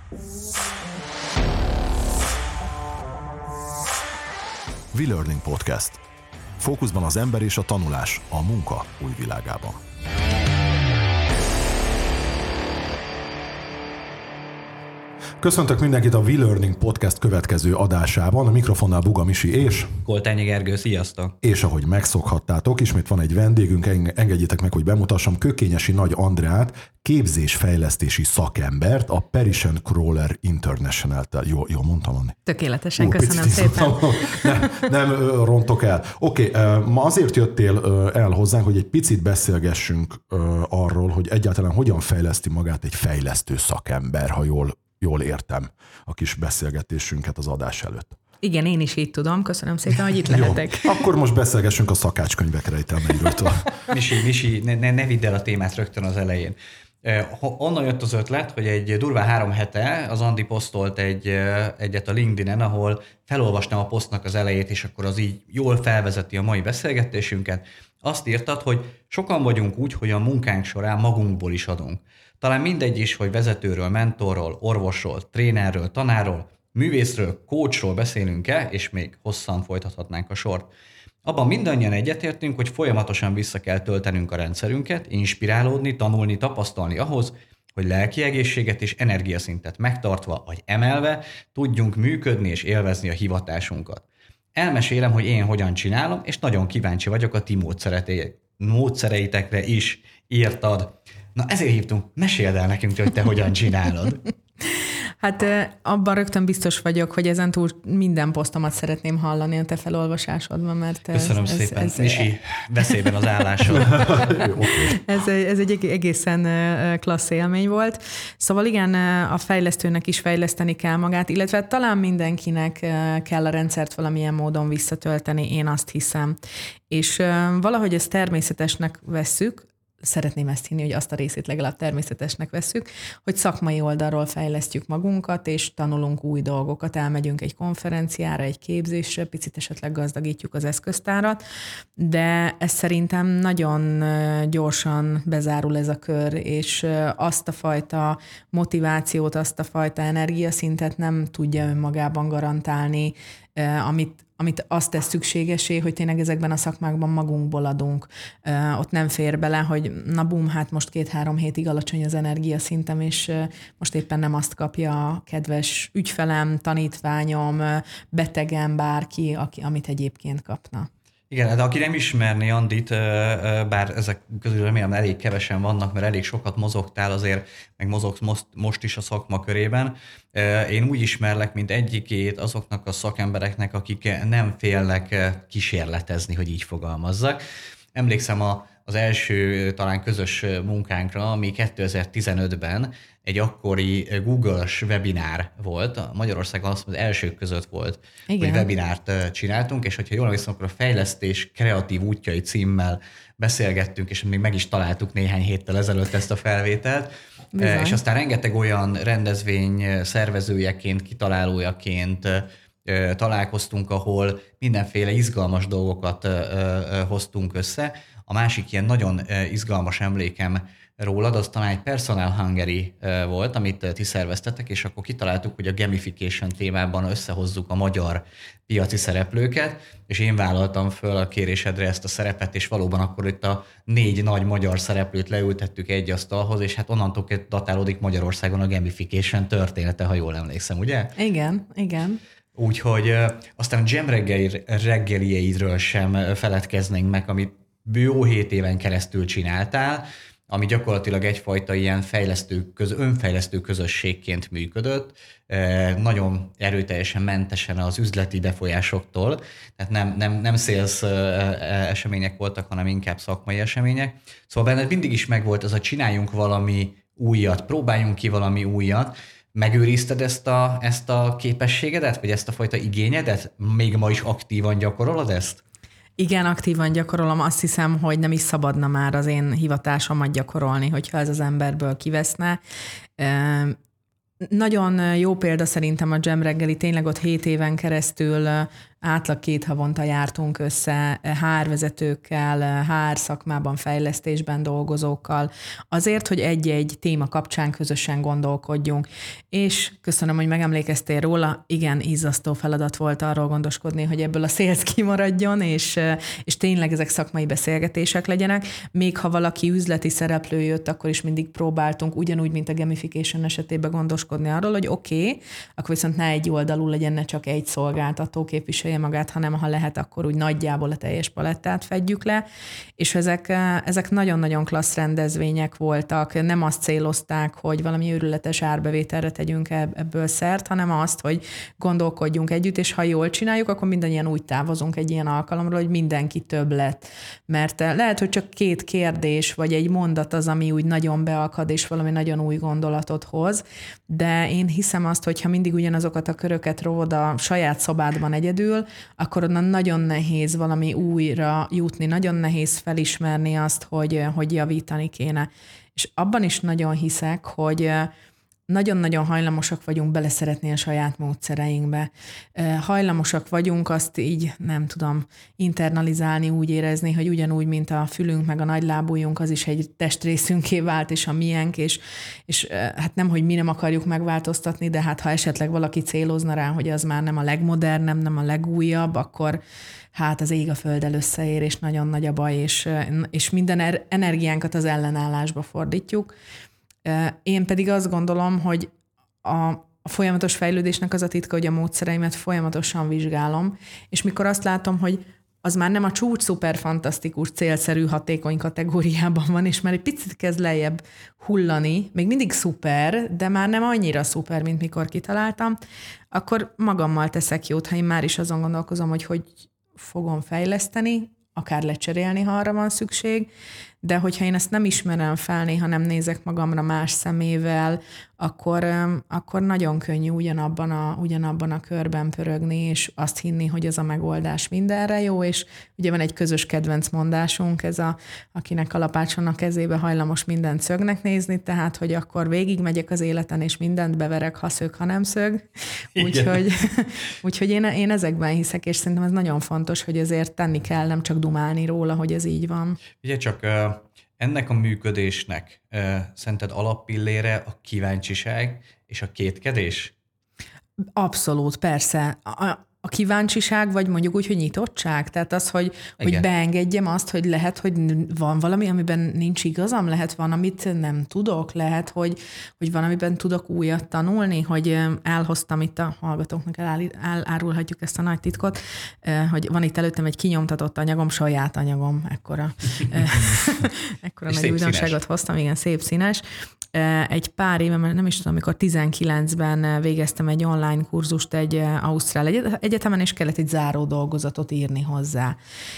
WeLearning Podcast. Fókuszban az ember és a tanulás a munka új világában. Köszöntök mindenkit a WeLearning Podcast következő adásában. A mikrofonnál Buga Misi és Koltányi Gergő, sziasztok! És ahogy megszokhattátok, ismét van egy vendégünk, engedjétek meg, hogy bemutassam Kökényesi Nagy Andreát, képzésfejlesztési szakembert, a Pearson Crawler International-tel. Jól mondtam, Anni? Tökéletesen, köszönöm szépen. Nem rontok el. Oké, ma azért jöttél el hozzánk, hogy egy picit beszélgessünk arról, hogy egyáltalán hogyan fejleszti magát egy fejlesztő szakember, ha jól értem a kis beszélgetésünket az adás előtt. Igen, én is így tudom. Köszönöm szépen, hogy itt lehetek. Jó, akkor most beszélgessünk a szakácskönyvek rejtelmeiről. Misi, ne vidd el a témát rögtön az elején. Onnan jött az ötlet, hogy egy durván 3 hete az Andi posztolt egyet a LinkedIn-en, ahol felolvasnám a posztnak az elejét, és akkor az így jól felvezeti a mai beszélgetésünket. Azt írtad, hogy sokan vagyunk úgy, hogy a munkánk során magunkból is adunk. Talán mindegy is, hogy vezetőről, mentorról, orvosról, trénerről, tanárról, művészről, coachról beszélünk-e, és még hosszan folytathatnánk a sort. Abban mindannyian egyetértünk, hogy folyamatosan vissza kell töltenünk a rendszerünket, inspirálódni, tanulni, tapasztalni ahhoz, hogy lelki egészséget és energiaszintet megtartva vagy emelve tudjunk működni és élvezni a hivatásunkat. Elmesélem, hogy én hogyan csinálom, és nagyon kíváncsi vagyok a ti módszereitekre is, írtad. Na ezért hívtunk, meséld el nekünk, hogy te hogyan csinálod. Hát abban rögtön biztos vagyok, hogy ezentúl minden posztomat szeretném hallani a te felolvasásodban, mert köszönöm szépen, Misi, veszélyben az állásod. Ez egy egészen klassz élmény volt. Szóval igen, a fejlesztőnek is fejleszteni kell magát, illetve talán mindenkinek kell a rendszert valamilyen módon visszatölteni, én azt hiszem. És valahogy ezt természetesnek vesszük, szeretném ezt hinni, hogy azt a részét legalább természetesnek vesszük, hogy szakmai oldalról fejlesztjük magunkat, és tanulunk új dolgokat, elmegyünk egy konferenciára, egy képzésre, picit esetleg gazdagítjuk az eszköztárat, de ez szerintem nagyon gyorsan bezárul ez a kör, és azt a fajta motivációt, azt a fajta energiaszintet nem tudja önmagában garantálni, amit azt tesz szükségesé, hogy tényleg ezekben a szakmákban magunkból adunk. Ott nem fér bele, hogy na bum, hát most 2-3 hétig alacsony az energiaszintem, és most éppen nem azt kapja a kedves ügyfelem, tanítványom, betegem, bárki, amit egyébként kapna. Igen, de aki nem ismerné Andit, bár ezek közül remélem elég kevesen vannak, mert elég sokat mozogtál azért, meg mozogsz most is a szakma körében. Én úgy ismerlek, mint egyikét azoknak a szakembereknek, akik nem félnek kísérletezni, hogy így fogalmazzak. Emlékszem az első talán közös munkánkra, ami 2015-ben egy akkori Google-s webinár volt. Magyarországon azt mondom, az elsők között volt, igen, hogy webinárt csináltunk, és hogyha jól emlékszem, akkor a fejlesztés kreatív útjai címmel beszélgettünk, és még meg is találtuk néhány héttel ezelőtt ezt a felvételt. Bizony. És aztán rengeteg olyan rendezvény szervezőjeként, kitalálójaként találkoztunk, ahol mindenféle izgalmas dolgokat hoztunk össze. A másik ilyen nagyon izgalmas emlékem rólad, az talán egy Personal Hungary volt, amit ti szerveztetek, és akkor kitaláltuk, hogy a gamification témában összehozzuk a magyar piaci szereplőket, és én vállaltam föl a kérésedre ezt a szerepet, és valóban akkor itt a 4 nagy magyar szereplőt leültettük egy asztalhoz, és hát onnantól datálódik Magyarországon a gamification története, ha jól emlékszem, ugye? Igen. Úgyhogy aztán a Jam reggelijeidről sem feledkeznénk meg, amit jó 7 éven keresztül csináltál, ami gyakorlatilag egyfajta ilyen önfejlesztő közösségként működött, nagyon erőteljesen mentesen az üzleti befolyásoktól, tehát nem sales események voltak, hanem inkább szakmai események. Szóval benned mindig is megvolt ez a csináljunk valami újat, próbáljunk ki valami újat. Megőrizted ezt a képességedet, vagy ezt a fajta igényedet? Még ma is aktívan gyakorolod ezt? Igen, aktívan gyakorolom. Azt hiszem, hogy nem is szabadna már az én hivatásomat gyakorolni, hogyha ez az emberből kiveszne. Nagyon jó példa szerintem a Jam reggeli, tényleg ott 7 éven keresztül átlag 2 havonta jártunk össze HR-vezetőkkel, HR szakmában, fejlesztésben dolgozókkal, azért, hogy egy-egy téma kapcsán közösen gondolkodjunk. És köszönöm, hogy megemlékeztél róla, igen, izzasztó feladat volt arról gondoskodni, hogy ebből a sales kimaradjon, és tényleg ezek szakmai beszélgetések legyenek. Még ha valaki üzleti szereplő jött, akkor is mindig próbáltunk ugyanúgy, mint a gamification esetében gondoskodni arról, hogy oké, akkor viszont ne egy oldalú legyen, ne csak egy szolgáltató képviselje magát, hanem ha lehet, akkor úgy nagyjából a teljes palettát fedjük le, és ezek nagyon-nagyon klassz rendezvények voltak, nem azt célozták, hogy valami őrületes árbevételre tegyünk ebből szert, hanem azt, hogy gondolkodjunk együtt, és ha jól csináljuk, akkor mindannyian úgy távozunk egy ilyen alkalomról, hogy mindenki több lett. Mert lehet, hogy csak 2 kérdés, vagy egy mondat az, ami úgy nagyon beakad, és valami nagyon új gondolatot hoz, de én hiszem azt, hogy ha mindig ugyanazokat a köröket rovod a saját szobádban egyedül, akkor onnan nagyon nehéz valami újra jutni, nagyon nehéz felismerni azt, hogy javítani kéne. És abban is nagyon hiszek, hogy nagyon-nagyon hajlamosak vagyunk beleszeretni a saját módszereinkbe. Hajlamosak vagyunk azt így, nem tudom, internalizálni, úgy érezni, hogy ugyanúgy, mint a fülünk, meg a nagylábújunk, az is egy testrészünké vált, és a miénk, és hát nem, hogy mi nem akarjuk megváltoztatni, de hát ha esetleg valaki célozna rá, hogy az már nem a legmodernebb, nem a legújabb, akkor hát az ég a földdel összeér, és nagyon nagy a baj, és minden energiánkat az ellenállásba fordítjuk. Én pedig azt gondolom, hogy a folyamatos fejlődésnek az a titka, hogy a módszereimet folyamatosan vizsgálom, és mikor azt látom, hogy az már nem a csúcs szuper fantasztikus, célszerű, hatékony kategóriában van, és már egy picit kezd lejjebb hullani, még mindig szuper, de már nem annyira szuper, mint mikor kitaláltam, akkor magammal teszek jót, ha én már is azon gondolkozom, hogy fogom fejleszteni, akár lecserélni, ha arra van szükség, de hogyha én ezt nem ismerem fel, néha nem nézek magamra más szemével, akkor nagyon könnyű ugyanabban a körben pörögni, és azt hinni, hogy ez a megoldás mindenre jó, és ugye van egy közös kedvenc mondásunk, akinek kalapácson a kezébe hajlamos mindent szögnek nézni, tehát, hogy akkor végigmegyek az életen, és mindent beverek, ha szög, ha nem szög. Úgyhogy én ezekben hiszek, és szerintem ez nagyon fontos, hogy ezért tenni kell, nem csak dumálni róla, hogy ez így van. Ugye csak ennek a működésnek szerinted alappillére a kíváncsiság és a kétkedés? Abszolút, persze. A kíváncsiság, vagy mondjuk úgy, hogy nyitottság? Tehát az, hogy beengedjem azt, hogy lehet, hogy van valami, amiben nincs igazam, lehet van, amit nem tudok, lehet, hogy van, amiben tudok újat tanulni, hogy elhoztam itt a hallgatóknak, elárulhatjuk ezt a nagy titkot, hogy van itt előttem egy kinyomtatott anyagom, saját anyagom, ekkora nagy újdonságot hoztam, igen, szép színes. Egy pár éve, nem is tudom, amikor 19-ben végeztem egy online kurzust egy ausztrál egyetemen, és kellett egy záró dolgozatot írni hozzá.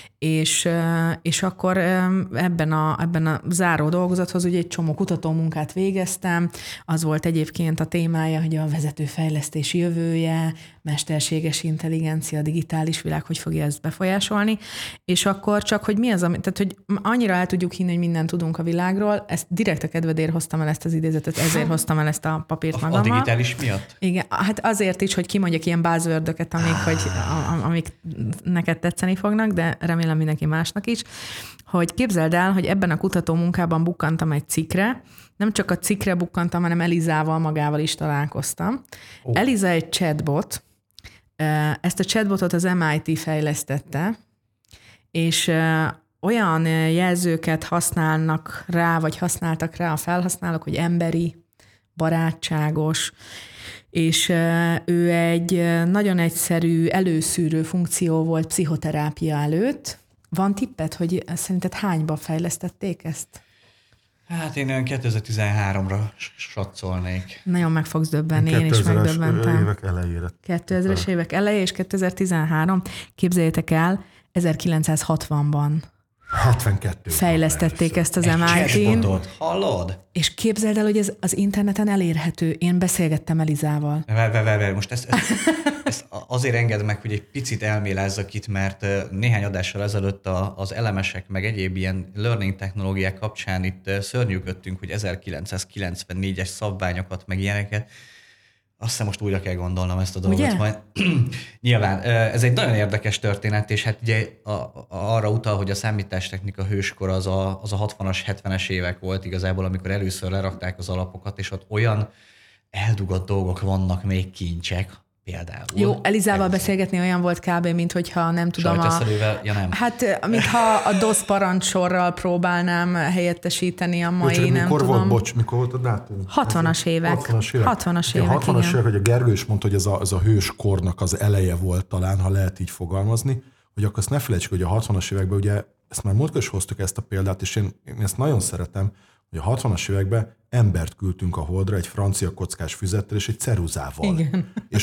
És akkor ebben a záró dolgozathoz ugye egy csomó kutatómunkát végeztem, az volt egyébként a témája, hogy a vezetőfejlesztés jövője, mesterséges intelligencia, digitális világ, hogy fogja ezt befolyásolni, és akkor csak, hogy mi az, tehát hogy annyira el tudjuk hinni, hogy mindent tudunk a világról, ezt direkt a kedvedért hoztam el ezt az idézetet, ezért hoztam el ezt a papírt magammal. A digitális miatt? Igen, hát azért is, hogy kimondjak ilyen buzzwordöket, amik neked tetszeni fognak, de remélem mindenki másnak is, hogy képzeld el, hogy ebben a kutatómunkában bukkantam egy cikkre, nem csak a cikkre bukkantam, hanem Elizával magával is találkoztam. Eliza egy chatbot, ezt a chatbotot az MIT fejlesztette, és olyan jelzőket használnak rá, vagy használtak rá a felhasználók, hogy emberi, barátságos, és ő egy nagyon egyszerű előszűrő funkció volt pszichoterápia előtt. Van tipped, hogy szerinted hányba fejlesztették ezt? Hát én olyan 2013-ra satszolnék. Nagyon meg fogsz döbbenni, én is megdöbbentem. 2000-es évek elejére. 2000-es évek eleje és 2013. Képzeljétek el, 1960-ban. 62. fejlesztették ezt az MIT-n. Hallod? És képzeld el, hogy ez az interneten elérhető. Én beszélgettem Elizával. Most ezt azért engedd meg, hogy egy picit elmélázzak itt, mert néhány adással ezelőtt az elemesek, meg egyéb ilyen learning technológiák kapcsán itt szörnyűködtünk, hogy 1994-es szabványokat, meg ilyeneket. Azt hiszem most újra kell gondolnom ezt a dolgot. Majd. Nyilván, ez egy nagyon érdekes történet, és hát ugye arra utal, hogy a számítástechnika hőskor az a 60-as, 70-es évek volt igazából, amikor először lerakták az alapokat, és ott olyan eldugott dolgok vannak, még kincsek például. Jó, Elizával beszélgetni olyan volt kb. Mint hogyha nem tudom nem. Hát, mintha a DOS parancsorral próbálnám helyettesíteni a mai, nem mikor tudom. Mikor volt a dátum? 60-as évek. 60-as évek, hogy a Gergő is mondta, hogy ez a hőskornak az eleje volt talán, ha lehet így fogalmazni, hogy akkor ezt ne felejtsük, hogy a 60-as években ugye, ezt már múltkor is hoztuk ezt a példát, és én ezt nagyon szeretem, hogy a 60-as években embert küldtünk a Holdra egy francia kockás füzettel és egy ceruzával. Igen. És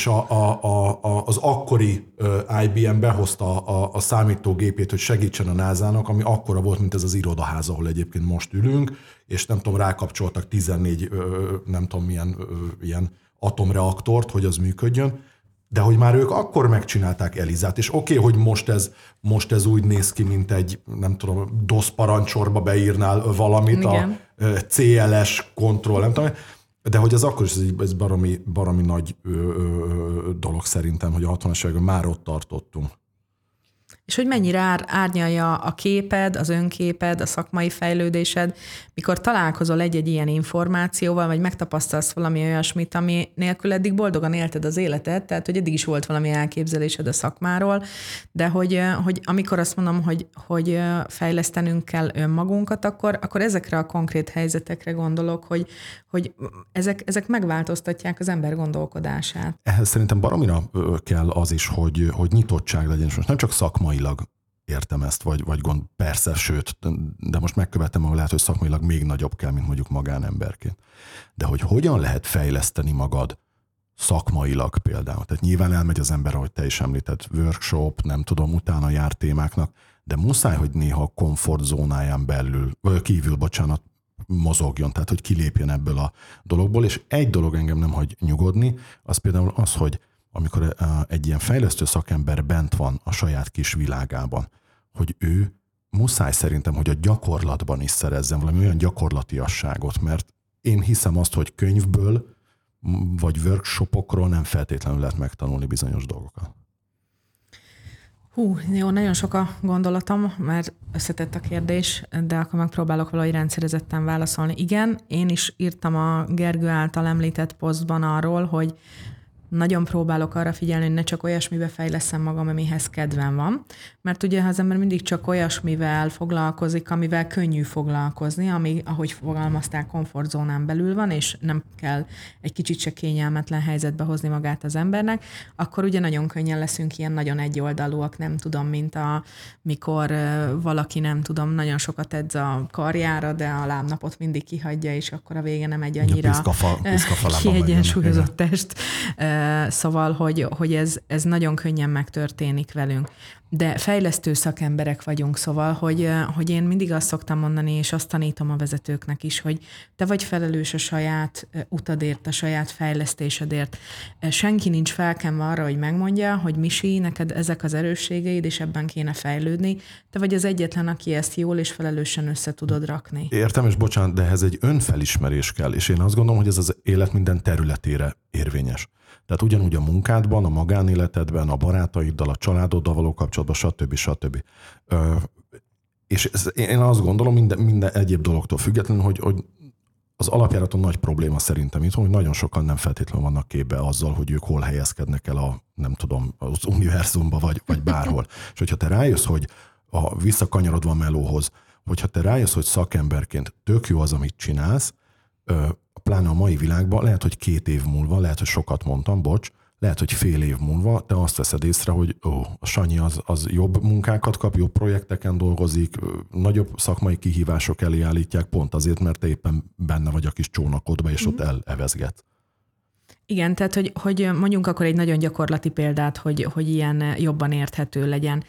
az akkori IBM behozta a számítógépét, hogy segítsen a NASA-nak, ami akkora volt, mint ez az irodaház, ahol egyébként most ülünk, és nem tudom, rákapcsoltak 14 nem tudom milyen ilyen atomreaktort, hogy az működjön, de hogy már ők akkor megcsinálták Elizát, és oké, hogy most ez úgy néz ki, mint egy, nem tudom, DOS parancsorba beírnál valamit, igen. A CLS kontroll, nem tudom, de hogy az akkor is ez baromi nagy dolog szerintem, hogy a 60-as években már ott tartottunk. És hogy mennyire árnyalja a képed, az önképed, a szakmai fejlődésed, mikor találkozol egy-egy ilyen információval, vagy megtapasztalsz valami olyasmit, ami nélkül eddig boldogan élted az életet, tehát hogy eddig is volt valami elképzelésed a szakmáról, de hogy amikor azt mondom, hogy fejlesztenünk kell önmagunkat, akkor ezekre a konkrét helyzetekre gondolok, hogy ezek megváltoztatják az ember gondolkodását. Ehhez szerintem baromira kell az is, hogy nyitottság legyen, és most nem csak szakmailag értem ezt, vagy gond, persze, sőt, de most megkövetem, ahol lehet, hogy szakmailag még nagyobb kell, mint mondjuk magánemberként. De hogy hogyan lehet fejleszteni magad szakmailag például. Tehát nyilván elmegy az ember, ahogy te is említed, workshop, nem tudom, utána jár témáknak, de muszáj, hogy néha a komfortzónáján kívül mozogjon, tehát hogy kilépjen ebből a dologból, és egy dolog engem nem hagy nyugodni, az például az, hogy amikor egy ilyen fejlesztő szakember bent van a saját kis világában, hogy ő muszáj szerintem, hogy a gyakorlatban is szerezzen valami olyan gyakorlatiasságot, mert én hiszem azt, hogy könyvből vagy workshopokról nem feltétlenül lehet megtanulni bizonyos dolgokat. Jó, nagyon sok a gondolatom, mert összetett a kérdés, de akkor megpróbálok valahogy rendszerezetten válaszolni. Igen, én is írtam a Gergő által említett posztban arról, hogy nagyon próbálok arra figyelni, hogy ne csak olyasmibe fejleszem magam, amihez kedvem van. Mert ugye ha az ember mindig csak olyasmivel foglalkozik, amivel könnyű foglalkozni, ami, ahogy fogalmazták, komfortzónán belül van, és nem kell egy kicsit se kényelmetlen helyzetbe hozni magát az embernek, akkor ugye nagyon könnyen leszünk ilyen nagyon egyoldalúak, nem tudom, mint mikor valaki, nem tudom, nagyon sokat edz a karjára, de a lábnapot mindig kihagyja, és akkor a vége nem egy annyira kiegyensúlyozott test. Szóval, hogy ez nagyon könnyen megtörténik velünk. De fejlesztő szakemberek vagyunk, szóval, hogy én mindig azt szoktam mondani, és azt tanítom a vezetőknek is, hogy te vagy felelős a saját utadért, a saját fejlesztésedért. Senki nincs felkenve arra, hogy megmondja, hogy Misi, neked ezek az erősségeid, és ebben kéne fejlődni. Te vagy az egyetlen, aki ezt jól és felelősen össze tudod rakni. Értem, és bocsánat, de ehhez egy önfelismerés kell, és én azt gondolom, hogy ez az élet minden területére érvényes. Tehát ugyanúgy a munkádban, a magánéletedben, a barátaiddal, a családoddal való kapcsolatban, stb. És én azt gondolom, minden egyéb dologtól függetlenül, hogy az alapjáraton nagy probléma szerintem itt, hogy nagyon sokan nem feltétlenül vannak képbe azzal, hogy ők hol helyezkednek el az univerzumba, vagy bárhol. És hogyha te rájössz, hogy visszakanyarodva a melóhoz, hogyha te rájössz, hogy szakemberként tök jó az, amit csinálsz, pláne a mai világban, lehet, hogy 2 év múlva, lehet, hogy sokat mondtam, lehet, hogy fél év múlva te azt veszed észre, hogy a Sanyi az jobb munkákat kap, jobb projekteken dolgozik, nagyobb szakmai kihívások elé állítják, pont azért, mert te éppen benne vagy a kis csónakodba, és ott elevezget. Igen, tehát hogy mondjunk akkor egy nagyon gyakorlati példát, hogy ilyen jobban érthető legyen.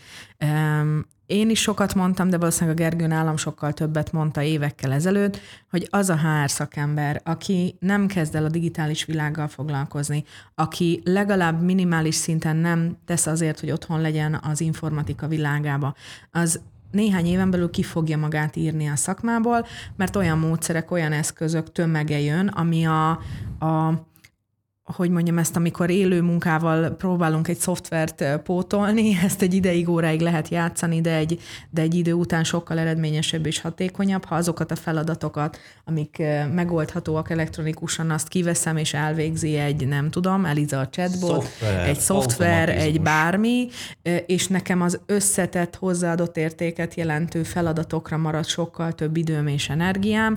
Én is sokat mondtam, de valószínűleg a Gergő nálam sokkal többet mondta évekkel ezelőtt, hogy az a HR szakember, aki nem kezd el a digitális világgal foglalkozni, aki legalább minimális szinten nem tesz azért, hogy otthon legyen az informatika világába, az néhány éven belül ki fogja magát írni a szakmából, mert olyan módszerek, olyan eszközök tömege jön, ami hogy mondjam ezt, amikor élő munkával próbálunk egy szoftvert pótolni, ezt egy ideig, óráig lehet játszani, de egy idő után sokkal eredményesebb és hatékonyabb, ha azokat a feladatokat, amik megoldhatóak elektronikusan, azt kiveszem és elvégzi egy, nem tudom, Eliza a chatbot, egy szoftver, egy bármi, és nekem az összetett hozzáadott értéket jelentő feladatokra marad sokkal több időm és energiám.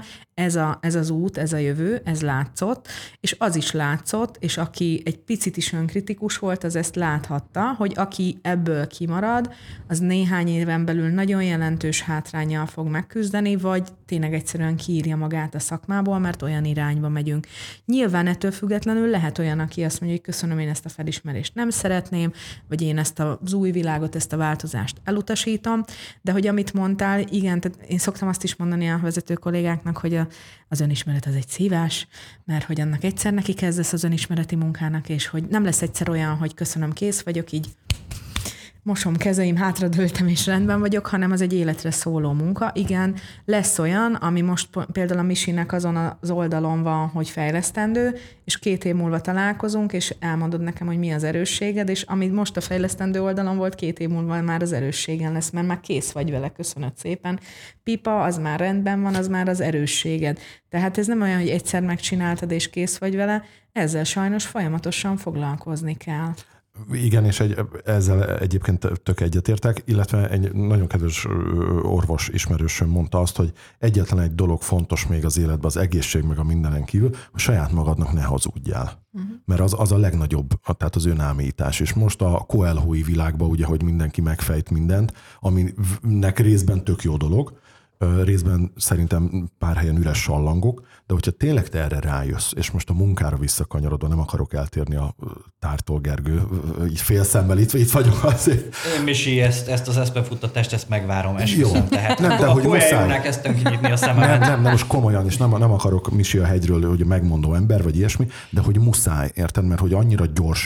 Ez az út, ez a jövő, ez látszott, és az is látszott, és aki egy picit is önkritikus volt, az ezt láthatta, hogy aki ebből kimarad, az néhány éven belül nagyon jelentős hátránnyal fog megküzdeni, vagy tényleg egyszerűen kiírja magát a szakmából, mert olyan irányba megyünk. Nyilván ettől függetlenül lehet olyan, aki azt mondja, hogy köszönöm, én ezt a felismerést nem szeretném, vagy én ezt az új világot, ezt a változást elutasítom, de hogy amit mondtál, igen, tehát én szoktam azt is mondani a vezető kollégáknak, hogy az önismeret az egy szívás, mert hogy annak egyszer neki kezdesz az önismereti munkának, és hogy nem lesz egyszer olyan, hogy köszönöm, kész vagyok, így mosom kezeim, hátradőltem és rendben vagyok, hanem az egy életre szóló munka. Igen, lesz olyan, ami most például a Misinek azon az oldalon van, hogy fejlesztendő, és 2 év múlva találkozunk, és elmondod nekem, hogy mi az erősséged, és ami most a fejlesztendő oldalon volt, 2 év múlva már az erősségen lesz, mert már kész vagy vele, köszönöd szépen. Pipa, az már rendben van, az már az erősséged. Tehát ez nem olyan, hogy egyszer megcsináltad, és kész vagy vele, ezzel sajnos folyamatosan foglalkozni kell. Igen, és ezzel egyébként tök egyetértek, illetve egy nagyon kedves orvos ismerősöm mondta azt, hogy egyetlen egy dolog fontos még az életben, az egészség meg a mindenen kívül, hogy saját magadnak ne hazudjál. Mert az a legnagyobb, tehát az önállítás. És most a Coelho-i világban, ugye, hogy mindenki megfejt mindent, aminek részben tök jó dolog, részben szerintem pár helyen üres sallangok, de hogyha tényleg te erre rájössz, és most a munkára visszakanyarodva, nem akarok eltérni a tártól, Gergő, így fél szemmel itt vagyok azért. Én, Misi, ezt az eszmefuttatást, ezt megvárom, esküszöm. Tehát nem, de hogy muszáj. Kezdtem kinyitni a szememet. Nem, most komolyan, és nem akarok Misi a hegyről, hogy megmondó ember, vagy ilyesmi, de hogy muszáj, érted? Mert hogy annyira gyors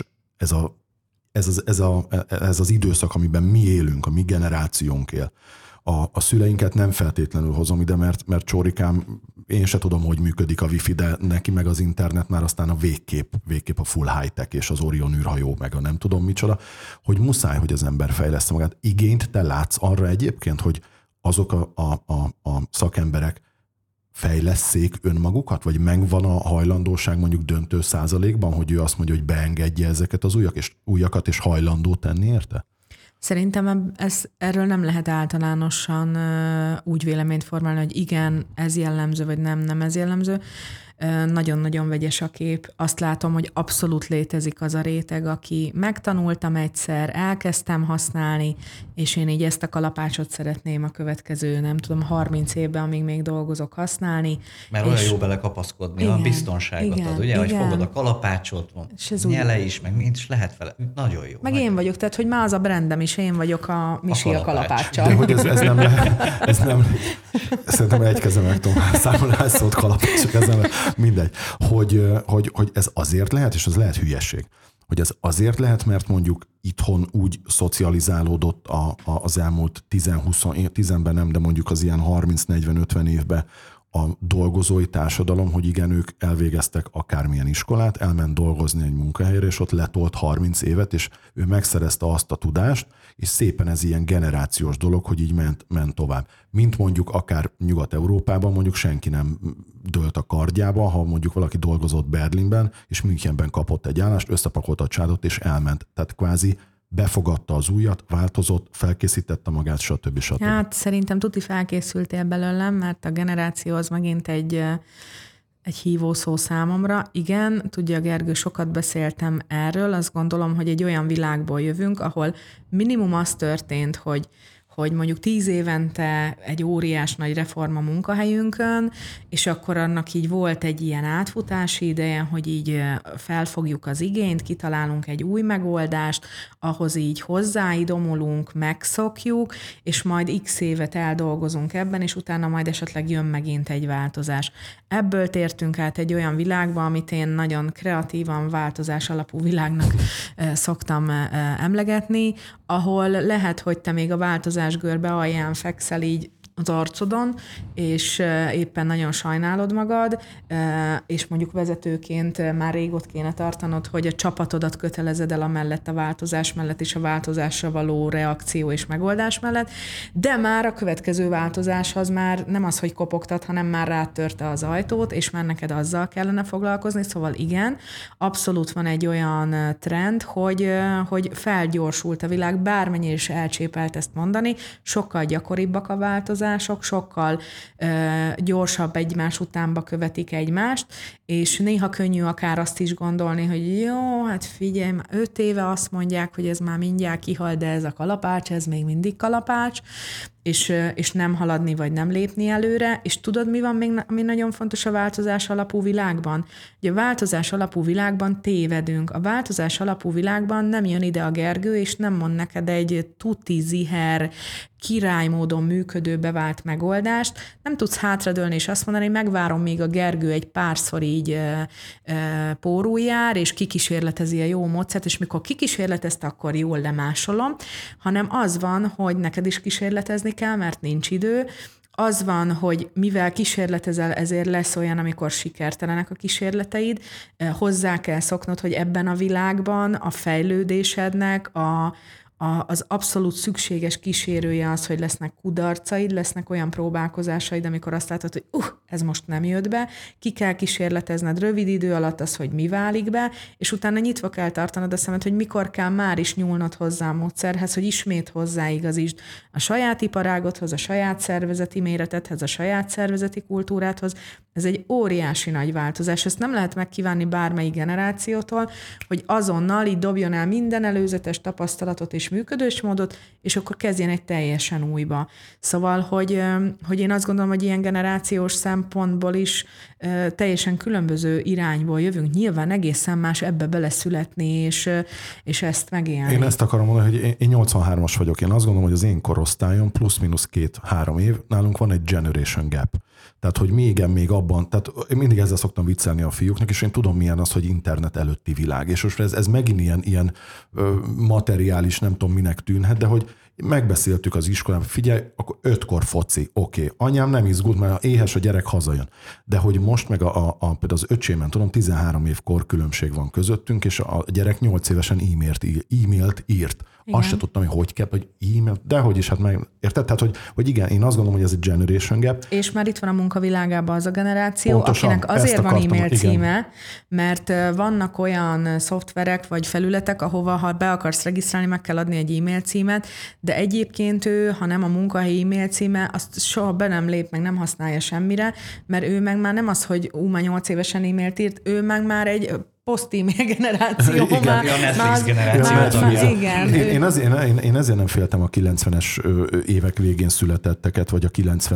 ez az időszak, amiben mi élünk, a mi generációnk él. A szüleinket nem feltétlenül hozom ide, mert Csórikám, én se tudom, hogy működik a wifi, de neki meg az internet már aztán a végképp a full high-tech és az Orion űrhajó, meg a nem tudom micsoda, hogy muszáj, hogy az ember fejleszte magát. Igényt te látsz arra egyébként, hogy azok a szakemberek fejlesszék önmagukat, vagy megvan a hajlandóság mondjuk döntő százalékban, hogy ő azt mondja, hogy beengedje ezeket az újakat, és hajlandó tenni érte? Szerintem erről nem lehet általánosan úgy véleményt formálni, hogy igen, ez jellemző, vagy nem ez jellemző. Nagyon-nagyon vegyes a kép. Azt látom, hogy abszolút létezik az a réteg, aki megtanultam egyszer, elkezdtem használni, és én így ezt a kalapácsot szeretném a következő, nem tudom, 30 évben, amíg még dolgozok, használni. Mert olyan jó belekapaszkodni, igen, a biztonságot ad, ugye, hogy fogod a kalapácsot, nyele is, meg mind is lehet vele. Nagyon jó. Meg én vagyok, tehát hogy már az a brandem is, én vagyok a Misi a kalapáccsal. De hogy ez nem lehet, szerintem egy kezem meg tudom számolni, hogy szólt kalapácsok, ez nem mindegy. Hogy ez azért lehet, és az lehet hülyeség, hogy ez azért lehet, mert mondjuk itthon úgy szocializálódott az elmúlt 10-ben nem, de mondjuk az ilyen 30-40-50 évben a dolgozói társadalom, hogy igen, ők elvégeztek akármilyen iskolát, elment dolgozni egy munkahelyre, és ott letolt 30 évet, és ő megszerezte azt a tudást, és szépen ez ilyen generációs dolog, hogy így ment tovább. Mint mondjuk akár Nyugat-Európában mondjuk senki nem dőlt a kardjába, ha mondjuk valaki dolgozott Berlinben, és Münchenben kapott egy állást, összepakolta a családot, és elment. Tehát kvázi befogadta az újat, változott, felkészítette magát, stb. Hát szerintem tuti felkészültél belőlem, mert a generáció az megint egy hívószó számomra. Igen, tudja Gergő, sokat beszéltem erről, azt gondolom, hogy egy olyan világból jövünk, ahol minimum az történt, hogy mondjuk 10 évente egy óriás nagy reform a munkahelyünkön, és akkor annak így volt egy ilyen átfutási ideje, hogy így felfogjuk az igényt, kitalálunk egy új megoldást, ahhoz így hozzáidomulunk, megszokjuk, és majd x évet eldolgozunk ebben, és utána majd esetleg jön megint egy változás. Ebből tértünk át egy olyan világba, amit én nagyon kreatívan változás alapú világnak szoktam emlegetni, ahol lehet, hogy te még a változás görbe alján fekszel így az arcodon, és éppen nagyon sajnálod magad, és mondjuk vezetőként már rég ott kéne tartanod, hogy a csapatodat kötelezed el amellett a változás mellett és a változásra való reakció és megoldás mellett, de már a következő változás az már nem az, hogy kopogtat, hanem már rátörte az ajtót, és már neked azzal kellene foglalkozni, szóval igen, abszolút van egy olyan trend, hogy felgyorsult a világ, bármennyire is elcsépelt ezt mondani, sokkal gyakoribbak a változások, sokkal gyorsabb egymás utánba követik egymást, és néha könnyű akár azt is gondolni, hogy jó, hát figyelj, 5 éve azt mondják, hogy ez már mindjárt kihal, de ez a kalapács, ez még mindig kalapács, és nem haladni, vagy nem lépni előre, és tudod, mi van még, ami nagyon fontos a változás alapú világban? Ugye a változás alapú világban tévedünk. A változás alapú világban nem jön ide a Gergő, és nem mond neked egy tuti, ziher, királymódon működő bevált megoldást. Nem tudsz hátradőlni és azt mondani, hogy megvárom, még a Gergő egy párszor így pórul jár, és kikísérletezi a jó módszert, és mikor kikísérletezte, akkor jól lemásolom, hanem az van, hogy neked is kísérletezni kell, mert nincs idő, az van, hogy mivel kísérletezel, ezért lesz olyan, amikor sikertelenek a kísérleteid, hozzá kell szoknod, hogy ebben a világban a fejlődésednek az abszolút szükséges kísérője az, hogy lesznek kudarcaid, lesznek olyan próbálkozásaid, amikor azt látod, hogy ez most nem jött be, ki kell kísérletezned rövid idő alatt az, hogy mi válik be, és utána nyitva kell tartanod a szemed, hogy mikor kell már is nyúlnod hozzá a módszerhez, hogy ismét hozzáigazítsd a saját iparágodhoz, a saját szervezeti méretedhez, a saját szervezeti kultúrádhoz. Ez egy óriási nagy változás. Ezt nem lehet megkívánni bármelyik generációtól, hogy azonnal így dobjon el minden előzetes tapasztalatot és működésmódot, és akkor kezdjen egy teljesen újba. Szóval, hogy én azt gondolom, hogy ilyen generációs szempontból is teljesen különböző irányból jövünk. Nyilván egészen más ebbe beleszületni, és ezt megélni. Én ezt akarom mondani, hogy én 83-as vagyok. Én azt gondolom, hogy az én korosztályon plusz-minusz 2-3 év, nálunk van egy generation gap. Tehát, hogy még abban, tehát én mindig ezzel szoktam viccelni a fiúknak, és én tudom, milyen az, hogy internet előtti világ. És most ez megint ilyen materiális, nem tudom minek tűnhet, de hogy megbeszéltük az iskolában, figyelj, akkor 5-kor foci, oké. Anyám nem izgult, mert éhes a gyerek hazajön. De hogy most meg például az öcsémen, tudom, 13 év kor különbség van közöttünk, és a gyerek 8 évesen e-mailt írt. Igen. Azt se tudtam, hogy kell, hogy e-mail, de hogy is, hát meg, érted? Tehát, hogy igen, én azt gondolom, hogy ez egy generation gap. És már itt van a munkavilágában az a generáció, pontosan, akinek azért van e-mail címe, mert vannak olyan szoftverek vagy felületek, ahova, ha be akarsz regisztrálni, meg kell adni egy e-mail címet, de egyébként ő, ha nem a munkahelyi e-mail címe, azt soha be nem lép, meg nem használja semmire, mert ő meg már nem az, hogy már 8 évesen e-mailt írt, ő meg már egy poszt-e-mail generáció. Igen, már, a Netflix generáció. Igen. Én ezért nem féltem a 90-es évek végén születetteket, vagy a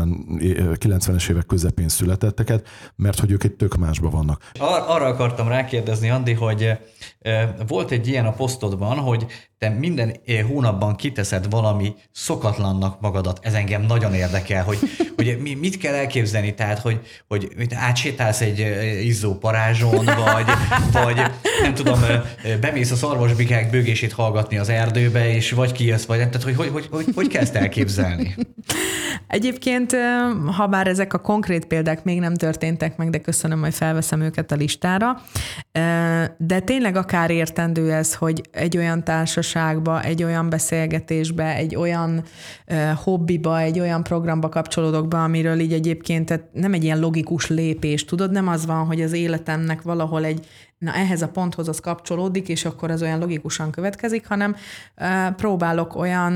90-es évek közepén születetteket, mert hogy ők egy tök másban vannak. Arra akartam rákérdezni, Andi, hogy volt egy ilyen a posztodban, hogy te minden hónapban kiteszed valami szokatlannak magadat. Ez engem nagyon érdekel, hogy mit kell elképzelni, tehát, hogy átsétálsz egy izzó parázson, vagy nem tudom, bemész a szarvasbikák bőgését hallgatni az erdőbe, és vagy kijössz, vagy nem, tehát hogy kell ezt elképzelni? Egyébként, ha bár ezek a konkrét példák még nem történtek meg, de köszönöm, hogy felveszem őket a listára, de tényleg akár értendő ez, hogy egy olyan társaságba, egy olyan beszélgetésbe, egy olyan hobbiba, egy olyan programba kapcsolódok be, amiről így egyébként nem egy ilyen logikus lépés, tudod, nem az van, hogy az életemnek valahol ehhez a ponthoz az kapcsolódik, és akkor az olyan logikusan következik, hanem próbálok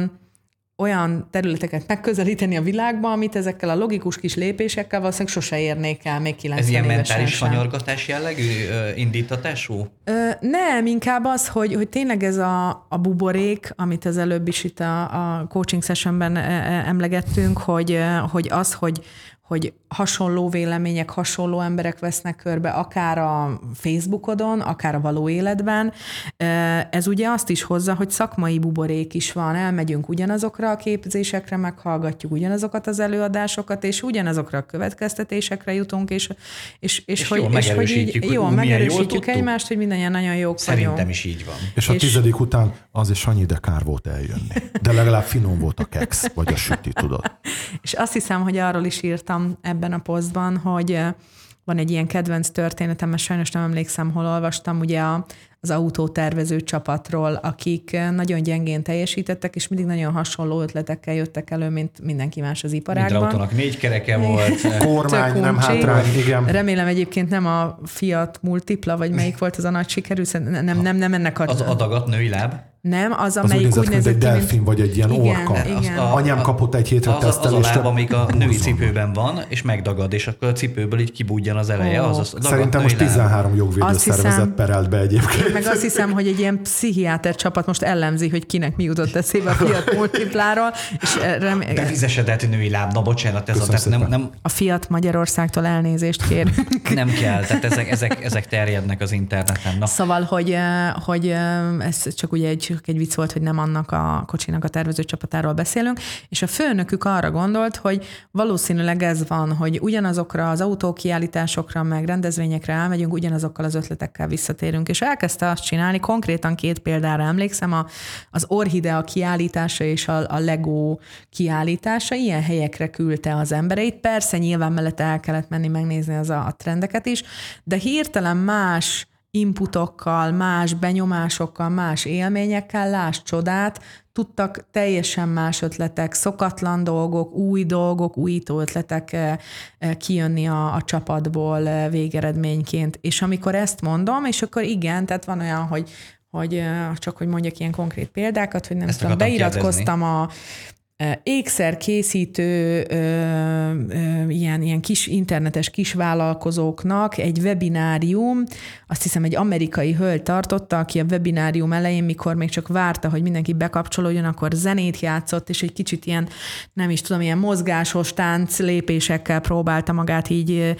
olyan területeket megközelíteni a világban, amit ezekkel a logikus kis lépésekkel valószínűleg sose érnék el még 90 évesen. Ez ilyen mentális fanyargatás jellegű indítatású? Nem, inkább az, hogy tényleg ez a buborék, amit az előbb is itt a coaching sessionben emlegettünk, hogy hasonló vélemények, hasonló emberek vesznek körbe, akár a Facebookodon, akár a való életben. Ez ugye azt is hozza, hogy szakmai buborék is van, elmegyünk ugyanazokra a képzésekre, meghallgatjuk ugyanazokat az előadásokat, és ugyanazokra a következtetésekre jutunk, és hogy így jól megerősítjük egymást, hogy mindannyian nagyon jók Szerintem vagyunk. is így van. És a 10. után az is annyi, de kár volt eljönni. De legalább finom volt a keksz, vagy a süti, tudod. És azt hiszem, hogy arról is írtam ebben a posztban, hogy van egy ilyen kedvenc történetem, mert sajnos nem emlékszem, hol olvastam, ugye az autótervező csapatról, akik nagyon gyengén teljesítettek, és mindig nagyon hasonló ötletekkel jöttek elő, mint mindenki más az iparágban. Minden autónak 4 kereke volt. Kormány, nem hátrány, igen. Remélem egyébként nem a Fiat Multipla, vagy melyik volt az a nagy sikerű, nem ennek a... Az adagat női láb? Nem, az úgy nézett mint egy delfin, vagy egy ilyen orka. Igen. Anyám kapott egy hétre tesztelést. Az a láb, amíg a női cipőben van, és megdagad, és akkor a cipőből így kibújjan az eleje. Szerintem most 13 jogvédőszervezet perelt be egyébként. Én meg azt hiszem, hogy egy ilyen pszichiáter csapat most ellenzi, hogy kinek mi jutott eszébe a Fiat Multipláról. Befizesedett női láb, na bocsánat, ez nem... A Fiat Magyarországtól elnézést kérünk. Nem kell, tehát ezek terjednek az interneten. Na. Szóval, hogy ez csak ugye egy vicc volt, hogy nem annak a kocsinak a tervezőcsapatáról beszélünk, és a főnökük arra gondolt, hogy valószínűleg ez van, hogy ugyanazokra az autókiállításokra, meg rendezvényekre elmegyünk, ugyanazokkal az ötletekkel visszatérünk, és elkezdte azt csinálni, konkrétan 2 példára emlékszem, az Orhidea kiállítása és a Lego kiállítása, ilyen helyekre küldte az embereit, persze nyilván mellette el kellett menni megnézni a trendeket is, de hirtelen más inputokkal, más benyomásokkal, más élményekkel, lásd csodát, tudtak teljesen más ötletek, szokatlan dolgok, újító ötletek kijönni a csapatból végeredményként. És amikor ezt mondom, és akkor igen, tehát van olyan, hogy csak hogy mondjak ilyen konkrét példákat, hogy nem tudom, beiratkoztam a ékszerkészítő ilyen kis internetes kisvállalkozóknak egy webinárium, azt hiszem egy amerikai hölgy tartotta, aki a webinárium elején, mikor még csak várta, hogy mindenki bekapcsolódjon, akkor zenét játszott, és egy kicsit ilyen, nem is tudom, ilyen mozgásos tánc lépésekkel próbálta magát így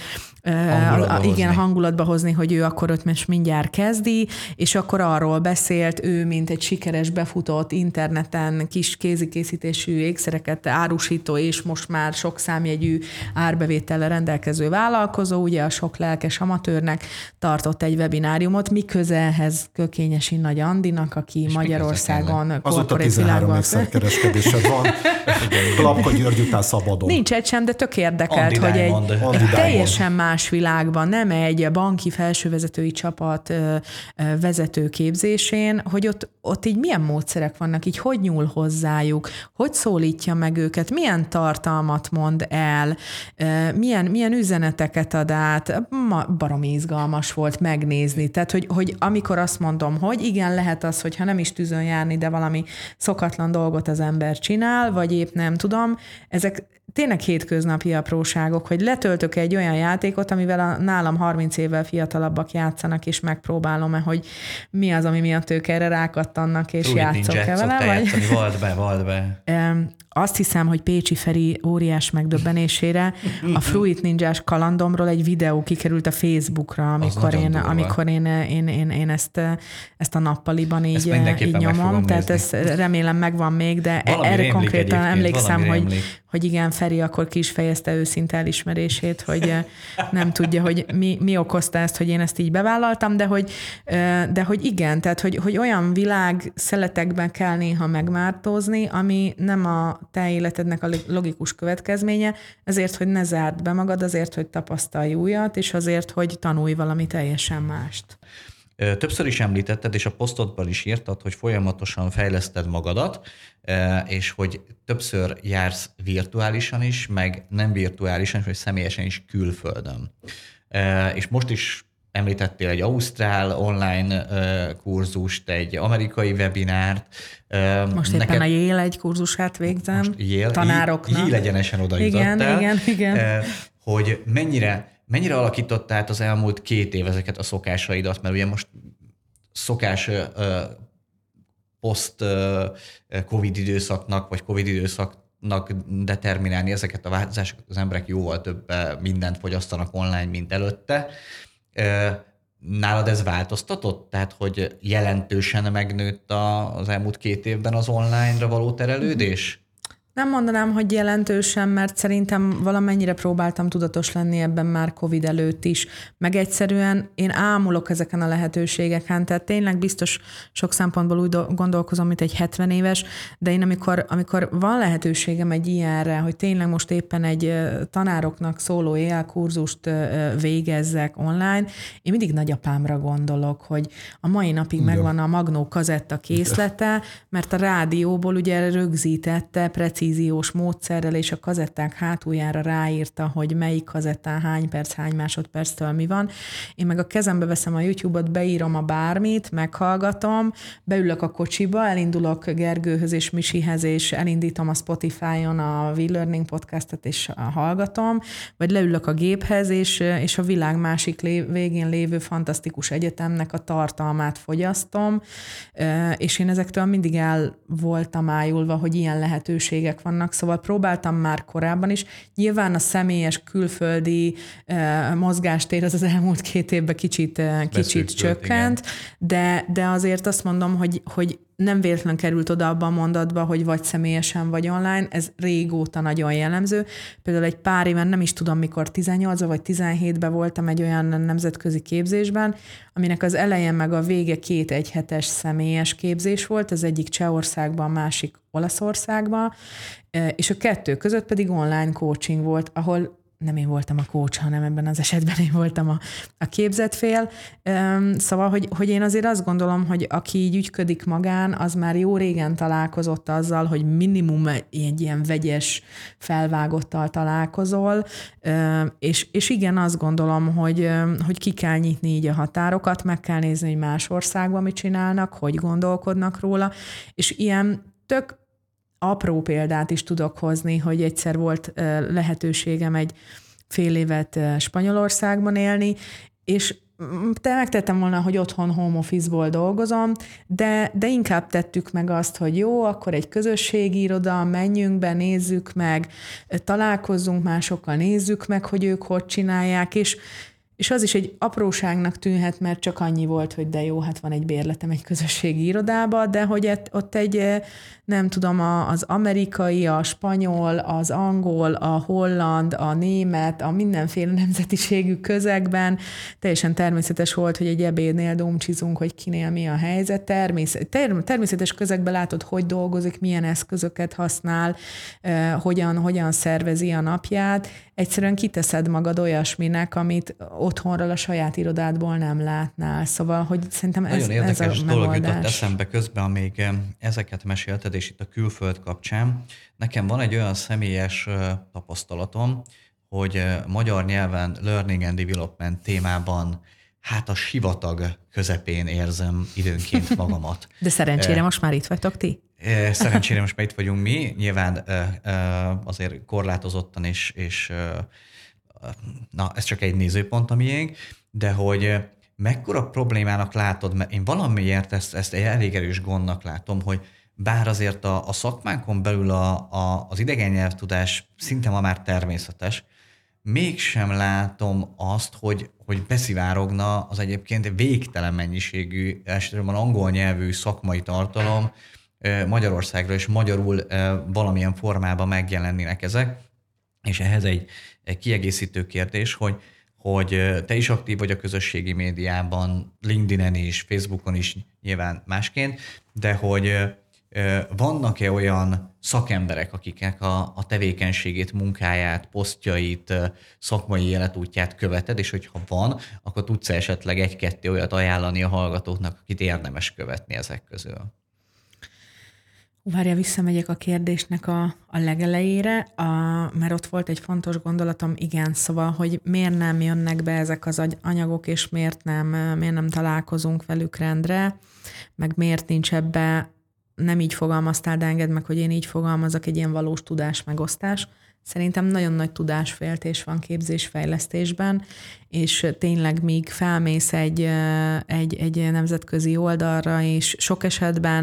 hangulatba hozni, hogy ő akkor ott most mindjárt kezdi, és akkor arról beszélt ő, mint egy sikeres befutott interneten kis kézikészítésű ékszereket árusító, és most már sok számjegyű árbevétellel rendelkező vállalkozó, ugye a sok lelkes amatőrnek tartott egy webináriumot, mi közelhez Kökényesi Nagy Andinak, aki és Magyarországon azóta 13 ékszerkereskedésed van, Klapka György után szabadon. Nincs egy sem, de tök érdekelt, hogy egy teljesen más világban, nem egy banki felsővezetői csapat vezetőképzésén, hogy ott így milyen módszerek vannak, így hogy nyúl hozzájuk, hogy szólítja meg őket, milyen tartalmat mond el, milyen üzeneteket ad át, baromi izgalmas volt megnézni. Tehát, hogy amikor azt mondom, hogy igen, lehet az, hogyha nem is tűzön járni, de valami szokatlan dolgot az ember csinál, vagy épp nem tudom, ezek tényleg hétköznapi apróságok, hogy letöltök egy olyan játékot, amivel nálam 30 évvel fiatalabbak játszanak, és megpróbálom-e, hogy mi az, ami miatt ők erre rákattannak, és játszok-e vele. Volt be. Azt hiszem, hogy Pécsi Feri óriás megdöbbenésére a Fruit Ninjás kalandomról egy videó kikerült a Facebookra, amikor én ezt a nappaliban így nyomom. Tehát ezt remélem megvan még, de erre konkrétan emlékszem, hogy igen, Feri akkor ki is fejezte őszinte elismerését, hogy nem tudja, hogy mi okozta ezt, hogy én ezt így bevállaltam, de hogy igen, tehát hogy olyan világ szeletekben kell néha megmártózni, ami nem a te életednek a logikus következménye, ezért, hogy ne zárd be magad, azért, hogy tapasztalj újat, és azért, hogy tanulj valami teljesen mást. Többször is említetted, és a posztodban is írtad, hogy folyamatosan fejleszted magadat, és hogy többször jársz virtuálisan is, meg nem virtuálisan, vagy személyesen is külföldön. És most is említettél egy ausztrál online kurzust, egy amerikai webinárt. Most éppen a Yale egy kurzusát végzem. Tanároknak. Yale egyenesen oda jutottál. Igen. Hogy mennyire alakított át az elmúlt 2 év ezeket a szokásaidat, mert ugye most szokás post-Covid időszaknak, vagy Covid időszak determinálni ezeket a változásokat, az emberek jóval több mindent fogyasztanak online, mint előtte. Nálad ez változtatott? Tehát, hogy jelentősen megnőtt az elmúlt 2 évben az online-ra való terelődés? Nem mondanám, hogy jelentősen, mert szerintem valamennyire próbáltam tudatos lenni ebben már Covid előtt is, meg egyszerűen én ámulok ezeken a lehetőségeken, tehát tényleg biztos sok szempontból úgy gondolkozom, mint egy 70 éves, de én amikor van lehetőségem egy ilyenre, hogy tényleg most éppen egy tanároknak szóló éjjelkurzust végezzek online, én mindig nagyapámra gondolok, hogy a mai napig megvan a Magnó kazetta készlete, mert a rádióból ugye rögzítette precíziós módszerrel, és a kazetták hátuljára ráírta, hogy melyik kazettán hány perc, hány másodperctől mi van. Én meg a kezembe veszem a YouTube-ot, beírom a bármit, meghallgatom, beülök a kocsiba, elindulok Gergőhöz és Misihez, és elindítom a Spotify-on a WeLearning podcastot, és hallgatom, vagy leülök a géphez, és a világ másik végén lévő fantasztikus egyetemnek a tartalmát fogyasztom, és én ezektől mindig el voltam ájulva, hogy ilyen lehetőségek vannak, szóval próbáltam már korábban is. Nyilván a személyes külföldi mozgástér az elmúlt 2 évben kicsit csökkent, de azért azt mondom, hogy nem véletlen került oda abban a mondatba, hogy vagy személyesen, vagy online, ez régóta nagyon jellemző. Például egy pár éven, nem is tudom mikor, 18 vagy 17-ben voltam egy olyan nemzetközi képzésben, aminek az eleje meg a vége 2 egyhetes személyes képzés volt, az egyik Csehországban, a másik Olaszországban, és a 2 között pedig online coaching volt, ahol nem én voltam a coach, hanem ebben az esetben én voltam a képzett fél. Szóval, hogy én azért azt gondolom, hogy aki így ügyködik magán, az már jó régen találkozott azzal, hogy minimum egy ilyen vegyes felvágottal találkozol, és igen, azt gondolom, hogy ki kell nyitni így a határokat, meg kell nézni, hogy más országban mit csinálnak, hogy gondolkodnak róla, és ilyen tök apró példát is tudok hozni, hogy egyszer volt lehetőségem egy fél évet Spanyolországban élni, és megtettem volna, hogy otthon home office-ból dolgozom, de inkább tettük meg azt, hogy jó, akkor egy közösségi iroda, menjünk be, nézzük meg, találkozzunk másokkal, nézzük meg, hogy ők hogy csinálják, és az is egy apróságnak tűnhet, mert csak annyi volt, hogy de jó, hát van egy bérletem egy közösségi irodába, de hogy ott egy, nem tudom, az amerikai, a spanyol, az angol, a holland, a német, a mindenféle nemzetiségű közegben teljesen természetes volt, hogy egy ebédnél domcsizunk, hogy kinél mi a helyzet. Természetes közegben látod, hogy dolgozik, milyen eszközöket használ, hogyan szervezi a napját. Egyszerűen kiteszed magad olyasminek, amit otthonról a saját irodádból nem látnál. Szóval, hogy szerintem ez a megoldás. Nagyon érdekes dolog jutott eszembe közben, amíg ezeket mesélted, és itt a külföld kapcsán. Nekem van egy olyan személyes tapasztalatom, hogy magyar nyelven learning and development témában hát a sivatag közepén érzem időnként magamat. De szerencsére most már itt vagytok ti? Szerencsére most már itt vagyunk mi. Nyilván azért korlátozottan, és na, ez csak egy nézőpont a miénk, de hogy mekkora problémának látod, mert én valamiért ezt egy elég erős gondnak látom, hogy bár azért a szakmánkon belül az idegen nyelvtudás szinte ma már természetes, mégsem látom azt, hogy beszivárogna az egyébként végtelen mennyiségű, elsősorban angol nyelvű szakmai tartalom Magyarországra, és magyarul valamilyen formában megjelennének ezek. És ehhez egy kiegészítő kérdés, hogy te is aktív vagy a közösségi médiában, LinkedIn-en is, Facebookon is nyilván másként, de hogy vannak-e olyan szakemberek, akiknek a tevékenységét, munkáját, posztjait, szakmai életútját követed, és hogyha van, akkor tudsz esetleg 1-2 olyat ajánlani a hallgatóknak, akit érdemes követni ezek közül? Várja, visszamegyek a kérdésnek a legelejére, mert ott volt egy fontos gondolatom, igen, szóval, hogy miért nem jönnek be ezek az anyagok, és miért nem találkozunk velük rendre, meg miért nincs ebbe, nem így fogalmaztál, de engedd meg, hogy én így fogalmazok, egy ilyen valós tudásmegosztás. Szerintem nagyon nagy tudásféltés van képzésfejlesztésben, és tényleg míg felmész egy nemzetközi oldalra, és sok esetben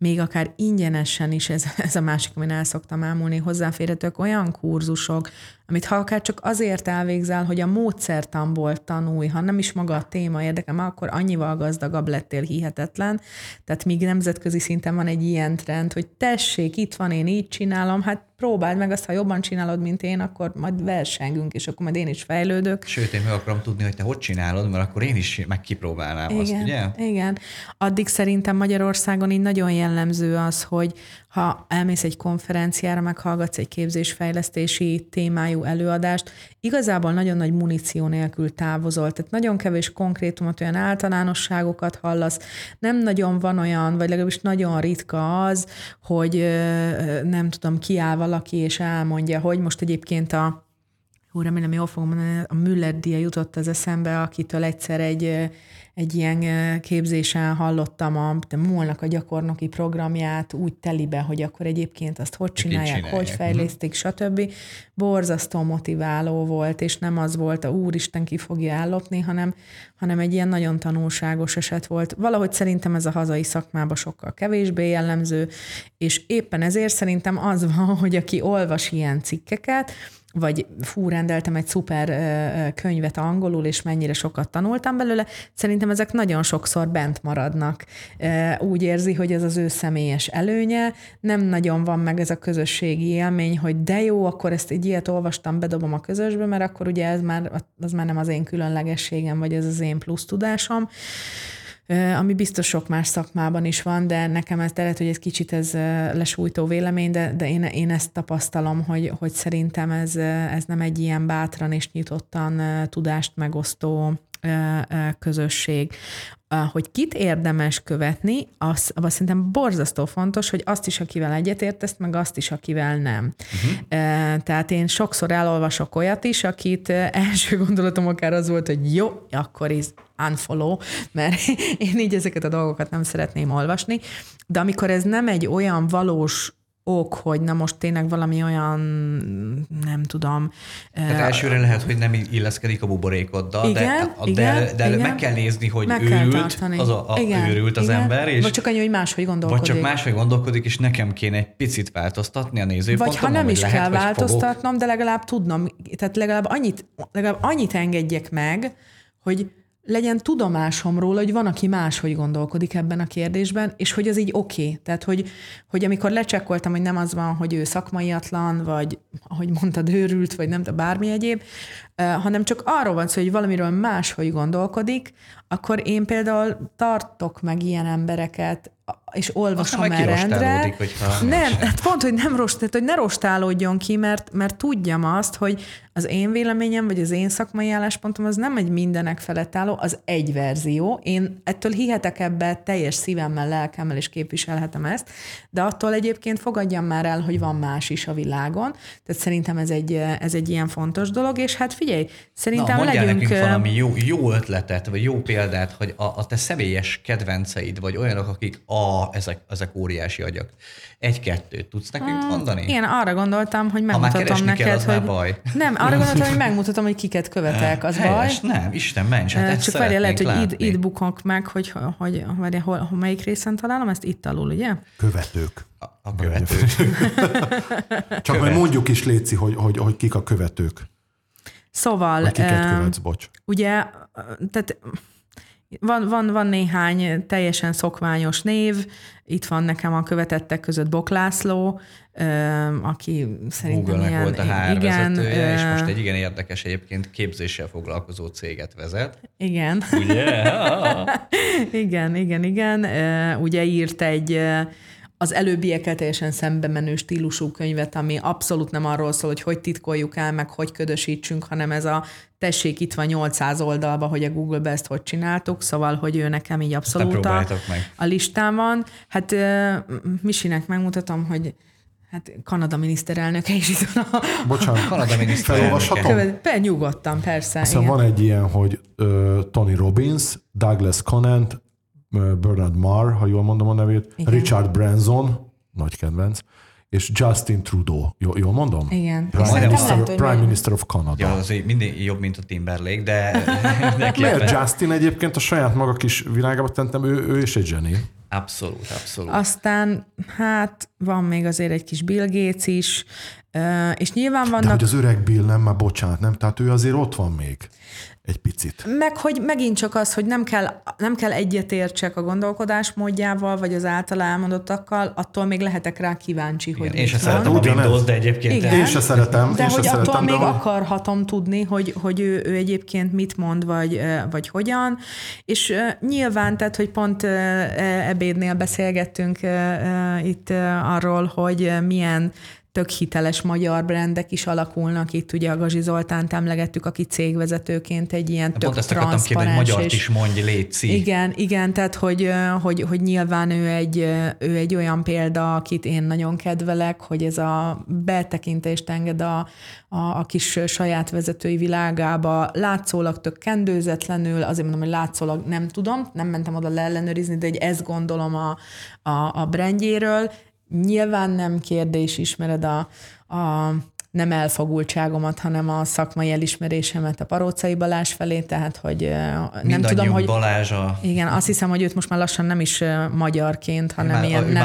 még akár ingyenesen is, ez a másik, amin el szoktam ámulni, hozzáférhetők olyan kurzusok, amit ha akár csak azért elvégzel, hogy a módszertanból tanulj, ha nem is maga a téma érdekel, akkor annyival gazdagabb lettél, hihetetlen. Tehát míg nemzetközi szinten van egy ilyen trend, hogy tessék, itt van, én így csinálom, hát próbáld meg azt, ha jobban csinálod, mint én, akkor majd versengünk, és akkor majd én is fejlődök. Sőt, én meg akarom tudni, hogy te hogy csinálod, mert akkor én is meg kipróbálnám igen, azt, ugye? Igen. Addig szerintem Magyarországon így nagyon jellemző az, hogy ha elmész egy konferenciára, meghallgatsz egy képzésfejlesztési témájú előadást, igazából nagyon nagy muníció nélkül távozol. Tehát nagyon kevés konkrétumot, olyan általánosságokat hallasz. Nem nagyon van olyan, vagy legalábbis nagyon ritka az, hogy nem tudom, kiáll valaki és elmondja, hogy most egyébként remélem jól fogom mondani, a Müller-díja jutott az eszembe, akitől egyszer egy ilyen képzésen hallottam a MOL-nak a gyakornoki programját úgy telibe, hogy akkor egyébként azt hogy csinálják, hogy fejlesztik, stb. Borzasztó motiváló volt, és nem az volt, úristen ki fogja ellopni, hanem egy ilyen nagyon tanulságos eset volt. Valahogy szerintem ez a hazai szakmában sokkal kevésbé jellemző, és éppen ezért szerintem az van, hogy aki olvas ilyen cikkeket, vagy rendeltem egy szuper könyvet angolul, és mennyire sokat tanultam belőle, szerintem ezek nagyon sokszor bent maradnak. Úgy érzi, hogy ez az ő személyes előnye, nem nagyon van meg ez a közösségi élmény, hogy de jó, akkor ezt egy ilyet olvastam, bedobom a közösbe, mert akkor ugye az már nem az én különlegességem, vagy ez az én plusz tudásom, ami biztos sok más szakmában is van, de nekem ez lehet, hogy egy kicsit ez lesújtó vélemény, de én ezt tapasztalom, hogy szerintem ez nem egy ilyen bátran és nyitottan tudást megosztó közösség. Hogy kit érdemes követni, az szerintem borzasztó fontos, hogy azt is, akivel egyetértesz, meg azt is, akivel nem. Tehát én sokszor elolvasok olyat is, akit első gondolatom akár az volt, hogy jó, akkor is unfollow, mert én így ezeket a dolgokat nem szeretném olvasni, de amikor ez nem egy olyan valós ok, hogy na most tényleg valami olyan, nem tudom. Tehát elsőre lehet, hogy nem illeszkedik a buborékoddal, igen, de meg kell nézni, hogy őrült őrült az ember. És vagy csak annyi, hogy máshogy gondolkodik. Vagy csak máshogy gondolkodik, és nekem kéne egy picit változtatni a nézőpontom. Vagy ha nem is kell változtatnom, de legalább tudnom, tehát legalább annyit engedjek meg, hogy legyen tudomásom róla, hogy van, aki máshogy gondolkodik ebben a kérdésben, és hogy az így oké. Tehát, hogy amikor lecsekkoltam, hogy nem az van, hogy ő szakmaiatlan, vagy ahogy mondtad, őrült, vagy nem, bármi egyéb, hanem csak arról van szó, hogy valamiről máshogy gondolkodik, akkor én például tartok meg ilyen embereket, és olvasom el rendre. Nem, hát pont, hogy hogy ne rostálódjon ki, mert tudjam azt, hogy az én véleményem, vagy az én szakmai álláspontom az nem egy mindenek felett álló, az egy verzió. Én ettől hihetek ebbe teljes szívemmel, lelkemmel, és képviselhetem ezt, de attól egyébként fogadjam már el, hogy van más is a világon. Tehát szerintem ez egy ilyen fontos dolog, és hát figyelj, szerintem mondjál nekünk valami jó ötletet, vagy jó példát, hogy a te személyes kedvenceid, vagy olyanok, akik ezek óriási agyak. Egy-kettőt tudsz nekünk mondani? Én arra gondoltam, hogy megmutatom neked, kell, az hogy... baj. Nem, arra gondoltam, hogy megmutatom, hogy kiket követek, az helyes, baj. Nem, Isten ments, hát ezt csak várjál, lehet, hogy látni. itt bukok meg, hogy melyik részen találom, ezt itt alul, ugye? Követők. A követők. Csak majd mondjuk is, Léci, hogy kik a követők. Szóval... Vagy kiket követsz, bocs. Ugye, tehát... Van néhány teljesen szokványos név, itt van nekem a követettek között Bok László, aki szerintem Google-nek ilyen... volt a HR vezetője, és most egy igen érdekes egyébként képzéssel foglalkozó céget vezet. Igen. Ugye? Igen. Ugye írt az előbbiekkel teljesen szembe menő stílusú könyvet, ami abszolút nem arról szól, hogy titkoljuk el, meg hogy ködösítsünk, hanem ez a tessék, itt van 800 oldalba, hogy a Google-be ezt hogy csináltuk, szóval, hogy ő nekem így abszolút a listán van. Hát Misinek megmutatom, hogy hát Kanada miniszterelnöke is itt van. Bocsánat, Kanada miniszterelnöke. Nyugodtan, persze. Aztán van egy ilyen, hogy Tony Robbins, Douglas Conant, Bernard Marr, ha jól mondom a nevét, igen. Richard Branson, nagy kedvenc, és Justin Trudeau. Jól mondom? Igen. Prime Minister of Canada. Ja, azért mindig jobb, mint a Timberlake, de... Miért Justin egyébként a saját maga kis világában tentem, ő is egy zseni. Abszolút. Aztán hát van még azért egy kis Bill Gates is, és nyilván vannak... De hogy az öreg Bill nem, már bocsánat, nem? Tehát ő azért ott van még egy picit. Meg, hogy megint csak az, hogy nem kell egyetértsek a gondolkodásmódjával, vagy az általa elmondottakkal, attól még lehetek rá kíváncsi, hogy én se szeretem a Windows, de egyébként... Igen, én se szeretem. De hogy attól még akarhatom tudni, hogy ő egyébként mit mond, vagy hogyan. És nyilván, tehát, hogy pont ebédnél beszélgettünk itt arról, hogy milyen tök hiteles magyar brandek is alakulnak. Itt ugye a Gazi Zoltánt emlegettük, aki cégvezetőként egy ilyen tök transzparens. Pont ezt magyart is mondj, létszik. Igen, tehát hogy nyilván ő egy olyan példa, akit én nagyon kedvelek, hogy ez a betekintést enged a kis saját vezetői világába, látszólag tök kendőzetlenül, azért mondom, hogy látszólag nem tudom, nem mentem oda leellenőrizni, de hogy ezt gondolom a brandjéről. Nyilván nem kérdés, ismered a nem elfogultságomat, hanem a szakmai elismerésemet a Parócai Balázs felé, tehát hogy nem tudom, hogy... Balázsa. Igen, azt hiszem, hogy őt most már lassan nem is magyarként, hanem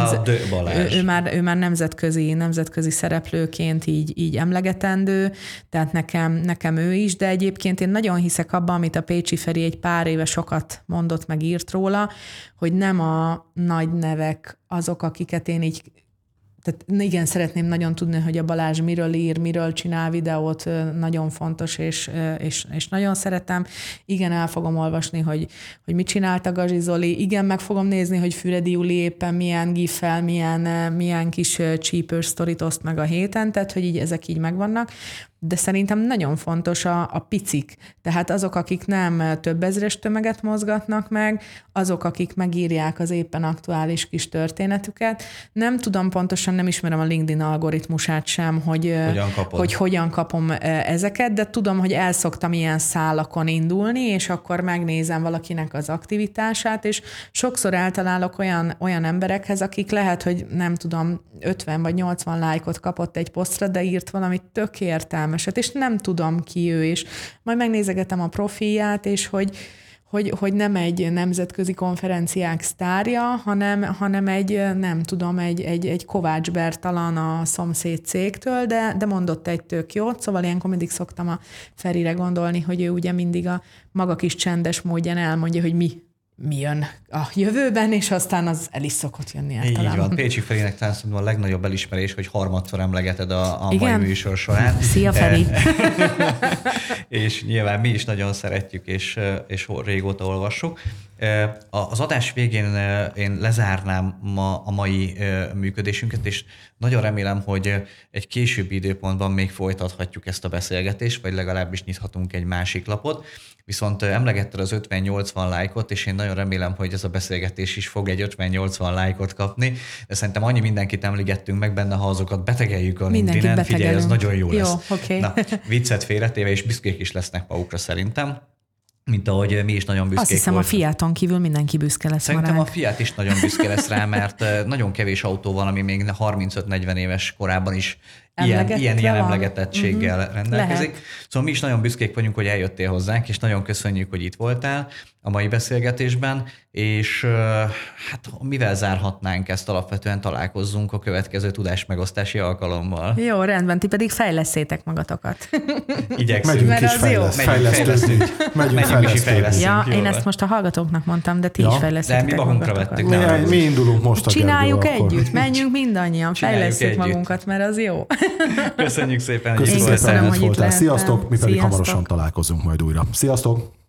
ő már nemzetközi szereplőként így emlegetendő, tehát nekem ő is, de egyébként én nagyon hiszek abban, amit a Pécsi Feri egy pár éve sokat mondott, meg írt róla, hogy nem a nagy nevek azok, akiket én így tehát igen, szeretném nagyon tudni, hogy a Balázs miről ír, miről csinál videót, nagyon fontos, és nagyon szeretem. Igen, el fogom olvasni, hogy mit csinált a Gazi Zoli. Igen, meg fogom nézni, hogy Füredi Juli éppen milyen gif-fel, milyen kis cheaper sztorit oszt meg a héten, tehát hogy így ezek így megvannak. De szerintem nagyon fontos a picik. Tehát azok, akik nem több ezres tömeget mozgatnak meg, azok, akik megírják az éppen aktuális kis történetüket. Nem tudom pontosan, nem ismerem a LinkedIn algoritmusát sem, hogy hogyan kapom ezeket, de tudom, hogy el szoktam ilyen szálakon indulni, és akkor megnézem valakinek az aktivitását, és sokszor eltalálok olyan emberekhez, akik lehet, hogy nem tudom, 50 vagy 80 lájkot kapott egy posztra, de írt valamit tök értelmeset, és nem tudom ki ő, és majd megnézegetem a profilját, és hogy nem egy nemzetközi konferenciák sztárja, hanem egy, nem tudom, egy Kovács Bertalan a szomszéd cégtől, de mondott egy tök jót, szóval ilyenkor mindig szoktam a Ferire gondolni, hogy ő ugye mindig a maga kis csendes módján elmondja, hogy mi jön a jövőben, és aztán az el is szokott jönni általában. Így van. Pécsi Ferinek talán a legnagyobb elismerés, hogy harmadszor emlegeted a mai műsor során. Szia, Feri! És nyilván mi is nagyon szeretjük, és régóta olvassuk. Az adás végén én lezárnám a mai működésünket, és nagyon remélem, hogy egy későbbi időpontban még folytathatjuk ezt a beszélgetést, vagy legalábbis nyithatunk egy másik lapot. Viszont emlegetted az 50-80 lájkot, és én nagyon remélem, hogy ez a beszélgetés is fog egy 50-80 lájkot kapni, de szerintem annyi mindenkit emlegettünk meg benne, ha azokat betegeljük a LinkedIn-en. Figyelj, ez nagyon jó lesz. Jó, okay. Na, viccet félretéve, és büszkék is lesznek magukra szerintem. Mint ahogy mi is nagyon büszkék. Azt hiszem, volt. A Fiaton kívül mindenki büszke lesz. Szerintem a Fiat is nagyon büszke lesz rá, mert nagyon kevés autó van, ami még 35-40 éves korában is ilyen emlegetettséggel rendelkezik. Lehet. Szóval mi is nagyon büszkék vagyunk, hogy eljöttél hozzánk, és nagyon köszönjük, hogy itt voltál a mai beszélgetésben, és hát mivel zárhatnánk ezt, alapvetően találkozzunk a következő tudásmegosztási alkalommal. Jó, rendben, ti pedig fejlesszétek magatokat. Igyekszünk. Megyünk is fejlesztünk. Ja, én ezt most a hallgatóknak mondtam, de ti is fejlesztitek magatokat. De mi magunkra vettük. Mi indulunk most a Csináljuk együtt, menjünk mindannyian, fejlesszük magunkat, mert az jó. Köszönjük szépen, hogy itt voltál. Sziasztok, mi pedig hamarosan találkozunk majd újra. Sziasztok!